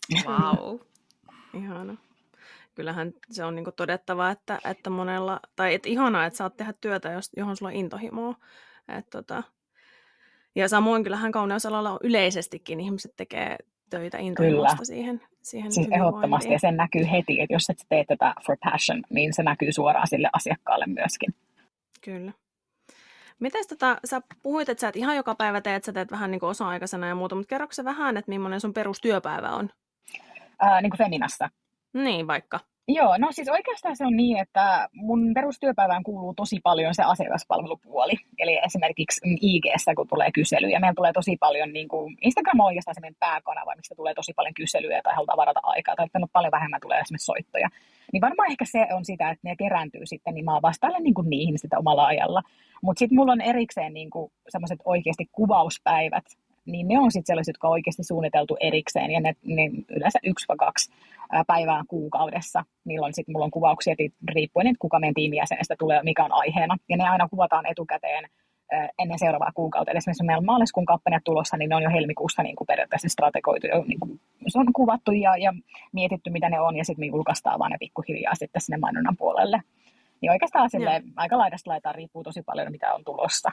Wow. Ihana. Kyllähän se on niinku todettava, että, että monella, tai et ihanaa, että saat tehdä työtä, jos, johon sulla on intohimoa. Et tota, ja samoin kyllähän kauneusalalla on yleisestikin ihmiset tekee töitä intohimosta Kyllä. siihen, siihen Siis ehdottomasti, ja sen näkyy heti, että jos et sä teet tätä for passion, niin se näkyy suoraan sille asiakkaalle myöskin. Kyllä. Mites tota, sä puhuit, että sä et ihan joka päivä teet, sä teet vähän niin kuin osa-aikaisena ja muuta, mutta kerroksä vähän, että millainen sun perustyöpäivä on? Ää, niin kuin Feminassa. Niin, vaikka. Joo, no siis oikeastaan se on niin, että mun perustyöpäivään kuuluu tosi paljon se asiakaspalvelupuoli. Eli esimerkiksi I G:ssä, kun tulee kyselyjä, meillä tulee tosi paljon, niin kuin Instagram on oikeastaan semmoinen pääkanava, mistä tulee tosi paljon kyselyjä tai halutaan varata aikaa, tai että paljon vähemmän tulee esimerkiksi soittoja. Niin varmaan ehkä se on sitä, että ne kerääntyy sitten, niin mä vastailen niin kuin niihin sitä omalla ajalla. Mutta sitten mulla on erikseen niin kuin semmoiset oikeasti kuvauspäivät, niin ne on sitten sellaiset, jotka on oikeasti suunniteltu erikseen, ja ne, ne yleensä yksi vai kaksi päivää kuukaudessa, milloin sitten mulla on kuvauksia, riippuen, että kuka meidän tiimijäsenestä tulee, mikä on aiheena, ja ne aina kuvataan etukäteen ennen seuraavaa kuukautta. Eli esimerkiksi meillä on maaliskuun kampanjat tulossa, niin ne on jo helmikuussa niin kuin periaatteessa strategoitu, ja niin kuin, se on kuvattu ja, ja mietitty, mitä ne on, ja sitten me julkaistaan vaan ne pikkuhiljaa sitten sinne mainonnan puolelle. Niin oikeastaan silleen, aika laidasta laitaan riippuu tosi paljon, mitä on tulossa.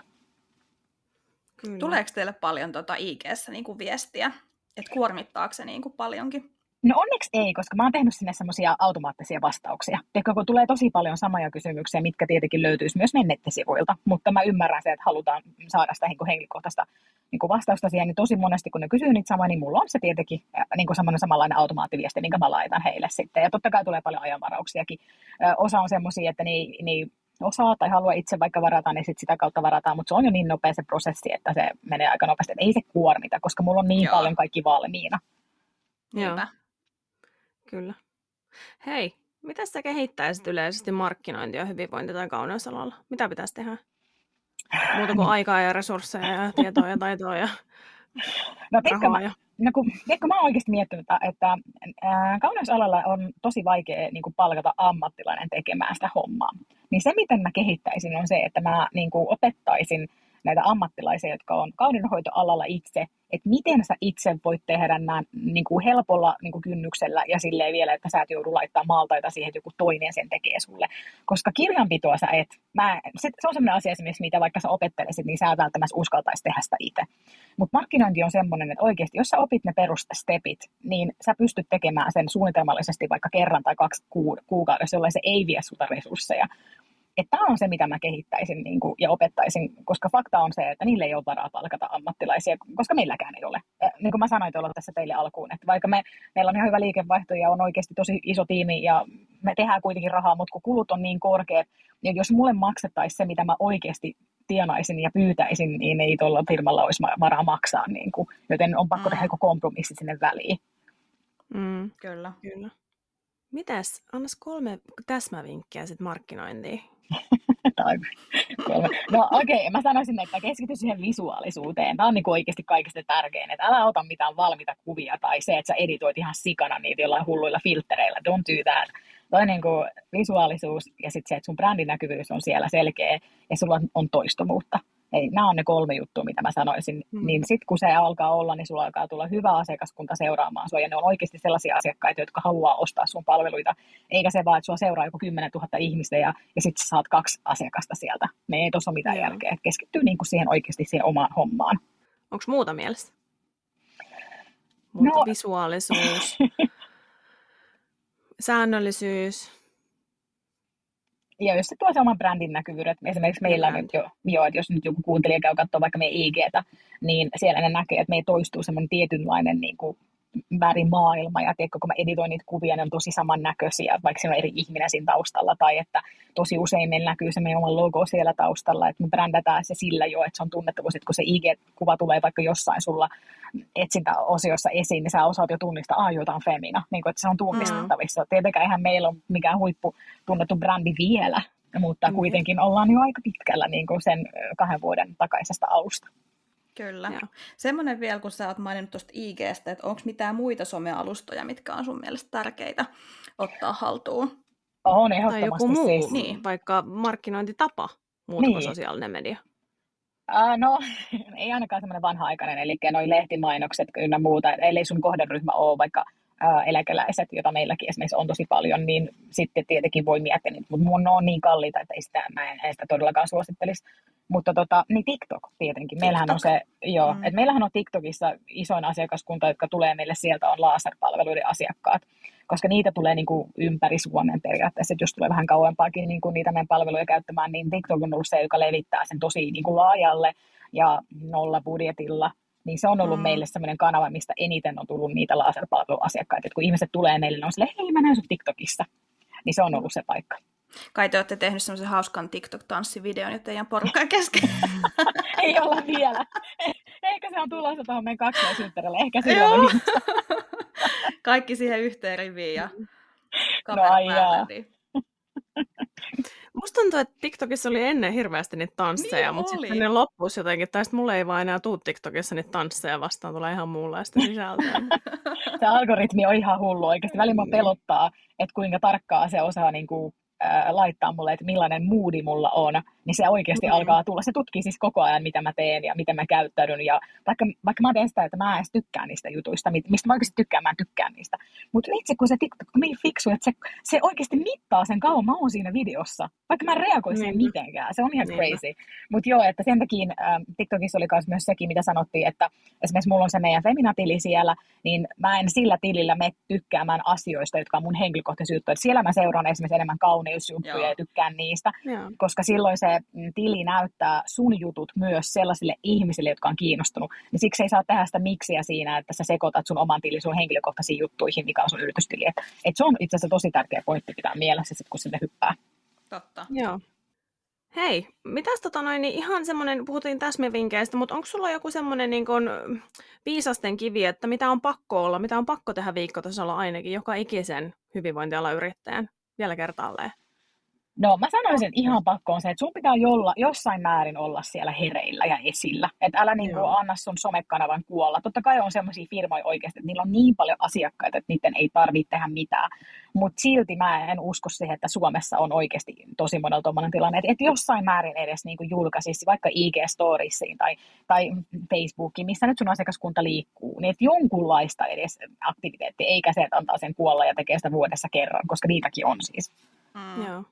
Kyllä. Tuleeko teille paljon tuota I G:ssä niin kuin viestiä? Että kuormittaako se niin kuin paljonkin? No onneksi ei, koska mä oon tehnyt sinne semmoisia automaattisia vastauksia. Teikö, kun tulee tosi paljon samoja kysymyksiä, mitkä tietenkin löytyisi myös meidän nettisivuilta, mutta mä ymmärrän se, että halutaan saada sitä niin kuin henkilökohtaista niin kuin vastausta siihen, niin tosi monesti kun ne kysyy niitä samoja, niin mulla on se tietenkin niin kuin semmoinen samanlainen automaattiviesti, minkä mä laitan heille sitten. Ja totta kai tulee paljon ajanvarauksiakin. Osa on semmoisia, että niin, niin osaa tai haluaa itse vaikka varata, niin sit sitä kautta varataan, mutta se on jo niin nopea se prosessi, että se menee aika nopeasti. Et ei se kuormita, koska mulla on niin Joo. paljon kaikki valmiina. Joo. Kyllä. Hei, mitä sä kehittäisit yleisesti markkinointia ja hyvinvointi- tai kauneusalalla? Mitä pitäisi tehdä? Muuta kuin aikaa ja resursseja ja tietoa ja taitoa ja no, rahaa. Ja... No kun, tiedätkö, mä oon oikeasti miettinyt, että ää, kauneusalalla on tosi vaikea niin kuin palkata ammattilainen tekemään sitä hommaa. Niin se, miten mä kehittäisin, on se, että mä niin kuin opettaisin näitä ammattilaisia, jotka on kauneudenhoitoalalla itse, että miten sä itse voit tehdä nämä niin kuin helpolla niin kuin kynnyksellä ja silleen vielä, että sä et joudu laittaa maltaita siihen, että joku toinen sen tekee sulle. Koska kirjanpitoa sä et, mä, se, se on sellainen asia esimerkiksi, mitä vaikka sä opettelisit, niin sä et välttämättä uskaltaisi tehdä sitä itse. Mutta markkinointi on semmoinen, että oikeasti, jos sä opit ne perustestepit, niin sä pystyt tekemään sen suunnitelmallisesti vaikka kerran tai kaksi kuukaudessa, jolloin se ei vie sulta resursseja. Että tämä on se, mitä mä kehittäisin niin kuin, ja opettaisin, koska fakta on se, että niille ei ole varaa palkata ammattilaisia, koska meilläkään ei ole. Ja, niin kuin mä sanoin tuolla tässä teille alkuun, että vaikka me, meillä on ihan hyvä liikevaihto ja on oikeasti tosi iso tiimi ja me tehdään kuitenkin rahaa, mutta kun kulut on niin korkeat, niin jos mulle maksettaisiin se, mitä mä oikeasti tienaisin ja pyytäisin, niin ei tuolla firmalla olisi varaa maksaa. Niin kuin, joten on pakko mm. tehdä joku kompromissi sinne väliin. Mm, kyllä. kyllä. Mitäs? Annas kolme täsmävinkkiä sitten markkinointiin. No okei, okay. Mä sanoisin, että keskity siihen visuaalisuuteen. Tämä on niin oikeasti kaikista tärkein. Että älä ota mitään valmiita kuvia tai se, että sä editoit ihan sikana niitä jollain hulluilla filttereillä. Don't do that. Toi niin kuin visuaalisuus ja sitten se, että sun brändin näkyvyys on siellä selkeä ja sulla on toistuvuutta. Eli nämä on ne kolme juttua, mitä mä sanoisin. Hmm. Niin sitten kun se alkaa olla, niin sulla alkaa tulla hyvä asiakaskunta seuraamaan sua. Ja ne on oikeasti sellaisia asiakkaita, jotka haluaa ostaa sun palveluita. Eikä se vaan, että sua seuraa joku kymmenen tuhatta ihmistä ja, ja sitten sä saat kaksi asiakasta sieltä. Ne ei tuossa ole mitään Joo. järkeä. Et keskittyy niin kuin siihen oikeasti siihen omaan hommaan. Onko muuta mielessä? Muuta no. Visuaalisuus, säännöllisyys. Ja jos se tuo se oman brändin näkyvyyden, esimerkiksi meillä on nyt jo, jo, että jos nyt joku kuuntelija käy katsoa vaikka meidän I G:tä, niin siellä ne näkee, että meillä toistuu semmoinen tietynlainen niin kuin värimaailma, ja tiedätkö, kun mä editoin niitä kuvia, ne on tosi samannäköisiä, vaikka siinä on eri ihminen siinä taustalla, tai että tosi usein meillä näkyy se meidän oma logo siellä taustalla, että me brändätään se sillä jo, että se on tunnettavuus, että kun se I G-kuva tulee vaikka jossain sulla etsintäosiossa esiin, niin sä osaat jo tunnistaa, aah, jotain Femina, niin kuin, että se on tunnistettavissa. Mm. Tietenkään eihän meillä ole mikään huippu tunnettu brändi vielä, mutta mm. kuitenkin ollaan jo aika pitkällä niin kuin sen kahden vuoden takaisesta alusta. Kyllä. Joo. Semmoinen vielä, kun sä oot maininnut tuosta I G:stä, että onko mitään muita somealustoja, mitkä on sun mielestä tärkeitä ottaa haltuun? On ehdottomasti. Tai joku muu, siis. niin, vaikka markkinointitapa, muuta niin. kuin sosiaalinen media. Uh, no, ei ainakaan semmoinen vanha-aikainen, eli noi lehtimainokset ynnä muuta, ellei sun kohderyhmä ole vaikka ää, eläkeläiset, joita meilläkin esimerkiksi on tosi paljon, niin sitten tietenkin voi miettiä, mutta mun on niin kalliita, että ei sitä, mä en, en sitä todellakaan suosittelisi. Mutta tota, niin TikTok tietenkin. Meillähän TikTok. on se, joo, mm. että meillähän on TikTokissa isoin asiakaskunta, jotka tulee meille sieltä, on laserpalveluiden asiakkaat, koska niitä tulee niin kuin ympäri Suomen periaatteessa, että jos tulee vähän kauempaakin niin kuin niitä meidän palveluja käyttämään, niin TikTok on ollut se, joka levittää sen tosi niin kuin laajalle ja nolla budjetilla. Niin se on ollut mm. meille sellainen kanava, mistä eniten on tullut niitä laserpalveluasiakkaita. Että kun ihmiset tulee meille, ne on silleen, hei mä näen sut TikTokissa. Niin se on ollut se paikka. Kai te olette tehnyt semmoisen hauskan TikTok-tanssivideon jo teidän porukan kesken. Ei olla vielä. Ehkä se on tulossa tuohon meidän kaksoisynttärille. Ehkä silloin on kaikki siihen yhteen riviin ja kameran no, päälle. Niin. Musta tuntuu, että TikTokissa oli ennen hirveästi niitä tansseja, niin mutta sitten ne loppuisi jotenkin. Tai sitten mulle ei vaan enää tuu TikTokissa niitä tansseja vastaan, tulee ihan muunlaista sisältöä. Se algoritmi on ihan hullu oikeasti. Välillä mua pelottaa, että kuinka tarkkaa se osaa niin kuin laittaa mulle, että millainen moodi mulla on, niin se oikeasti mm-hmm. alkaa tulla. Se tutkii siis koko ajan, mitä mä teen ja miten mä käyttäydyn. Ja vaikka, vaikka mä teen sitä, että mä en edes tykkään niistä jutuista, mistä mä oikeasti tykkään, mä en tykkään niistä. Mutta itse kun se TikTok on niin fiksu, että se, se oikeasti mittaa sen kauan mä oon siinä videossa, vaikka mä en reagoi siihen mm-hmm. mitenkään. Se on ihan mm-hmm. crazy. Mutta joo, että sen takia äh, TikTokissa oli myös sekin, mitä sanottiin, että esimerkiksi mulla on se meidän Femina-tili siellä, niin mä en sillä tilillä mene tykkäämään asioista, jotka on mun henkilökohtaisia juttuja. Siellä mä seuraan esimerkiksi enemmän kauneusjuttuja Joo. ja tykkään niistä, Joo. koska silloin se tili näyttää sun jutut myös sellaisille ihmisille, jotka on kiinnostunut. Niin siksi ei saa tehdä sitä miksiä siinä, että sä sekoitat sun oman tilin sun henkilökohtaisiin juttuihin, mikä on sun yritystili. Et, et se on itse asiassa tosi tärkeä pointti pitää mielessä, sit, kun sinne hyppää. Totta. Joo. Hei, mitäs tota noin, niin ihan semmoinen, puhuttiin täsmävinkkeistä, mutta onko sulla joku semmoinen niin kuin viisasten kivi, että mitä on pakko olla, mitä on pakko tehdä viikkotasolla ainakin joka ikisen hyvinvointialan yrittäjän vielä kertaalleen? No mä sanoisin, että ihan pakko on se, että sun pitää jolla, jossain määrin olla siellä hereillä ja esillä. Että älä niin kuin anna sun somekanavan kuolla. Totta kai on semmoisia firmoja oikeasti, että niillä on niin paljon asiakkaita, että niiden ei tarvitse tehdä mitään. Mutta silti mä en usko siihen, että Suomessa on oikeasti tosi monella tommoinen tilanne. Että et jossain määrin edes niin kuin julkaisisi vaikka I G-storiesiin tai, tai Facebookiin, missä nyt sun asiakaskunta liikkuu. Niin että jonkunlaista edes aktiviteettia, eikä se, että antaa sen kuolla ja tekee sitä vuodessa kerran, koska niitäkin on siis. Mm. Joo.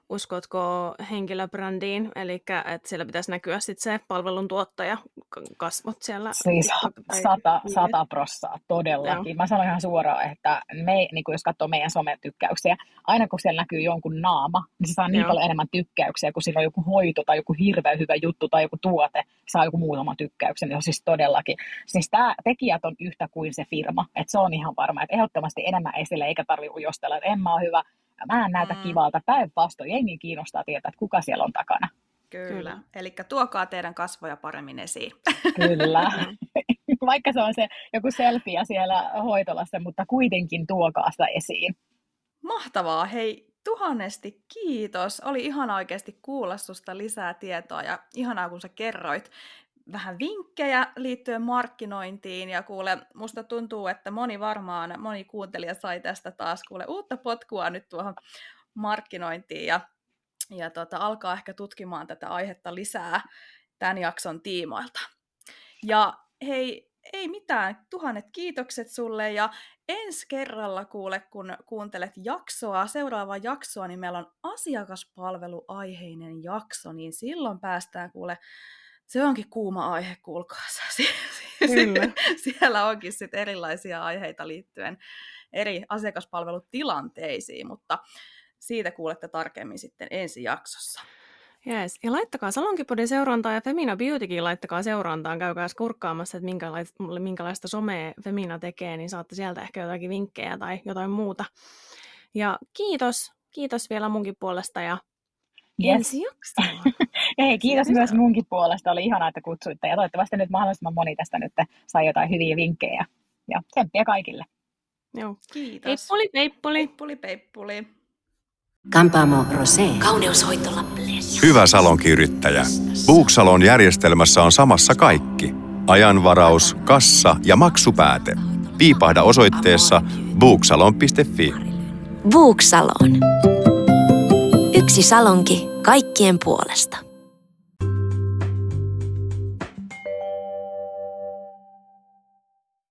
Uskotko henkilöbrändiin, eli että siellä pitäisi näkyä sitten se palveluntuottaja, kasvot siellä? Siis sata, sata prossaa, todellakin. Joo. Mä sanon ihan suoraan, että me, niin jos katsoo meidän sometykkäyksiä, aina kun siellä näkyy jonkun naama, niin se saa niin Joo. paljon enemmän tykkäyksiä, kun siinä on joku hoito tai joku hirveän hyvä juttu tai joku tuote, saa joku muutama tykkäyksen, niin siis todellakin. Siis tämä tekijät on yhtä kuin se firma, että se on ihan varma, että ehdottomasti enemmän esille, eikä tarvitse ujostella, että en mä ole hyvä, mä en näytä mm. kivalta, päinvastoin, jengi kiinnostaa tietää, että kuka siellä on takana. Kyllä, Kyllä. Eli tuokaa teidän kasvoja paremmin esiin. Kyllä, vaikka se on se joku selfie siellä hoitolassa, mutta kuitenkin tuokaa sitä esiin. Mahtavaa, hei tuhannesti kiitos. Oli ihana oikeasti kuulla susta lisää tietoa ja ihanaa kun sä kerroit vähän vinkkejä liittyen markkinointiin ja kuule, musta tuntuu, että moni varmaan, moni kuuntelija sai tästä taas kuule uutta potkua nyt tuohon markkinointiin ja, ja tota, alkaa ehkä tutkimaan tätä aihetta lisää tämän jakson tiimoilta. Ja hei, ei mitään, tuhannet kiitokset sulle ja ensi kerralla kuule, kun kuuntelet jaksoa, seuraavaa jaksoa, niin meillä on asiakaspalveluaiheinen jakso, niin silloin päästään kuule. Se onkin kuuma aihe, kuulkaa. Siellä onkin sit erilaisia aiheita liittyen eri asiakaspalvelutilanteisiin, mutta siitä kuulette tarkemmin sitten ensi jaksossa. Yes. Ja laittakaa Salonkipodin seurantaa ja Femina Beautykin laittakaa seurantaan. Käykää kurkkaamassa, että minkälaista, minkälaista somea Femina tekee, niin saatte sieltä ehkä jotakin vinkkejä tai jotain muuta. Ja kiitos, kiitos vielä munkin puolesta ja yes. ensi jaksoon. Ja hei, kiitos Siellä myös munkin puolesta. Oli ihanaa, että kutsuitte. Ja toivottavasti nyt mahdollisimman moni tästä nyt sai jotain hyviä vinkkejä. Ja tsemppiä kaikille. Joo. Kiitos. Peippuli, peippuli. Peippuli, peippuli. Kampaamo Rosé. Kauneushoitola Bless. Hyvä salonkiyrittäjä. Booksalon järjestelmässä on samassa kaikki. Ajanvaraus, kassa ja maksupääte. Piipahda osoitteessa booksalon piste fi. Booksalon. Yksi salonki kaikkien puolesta.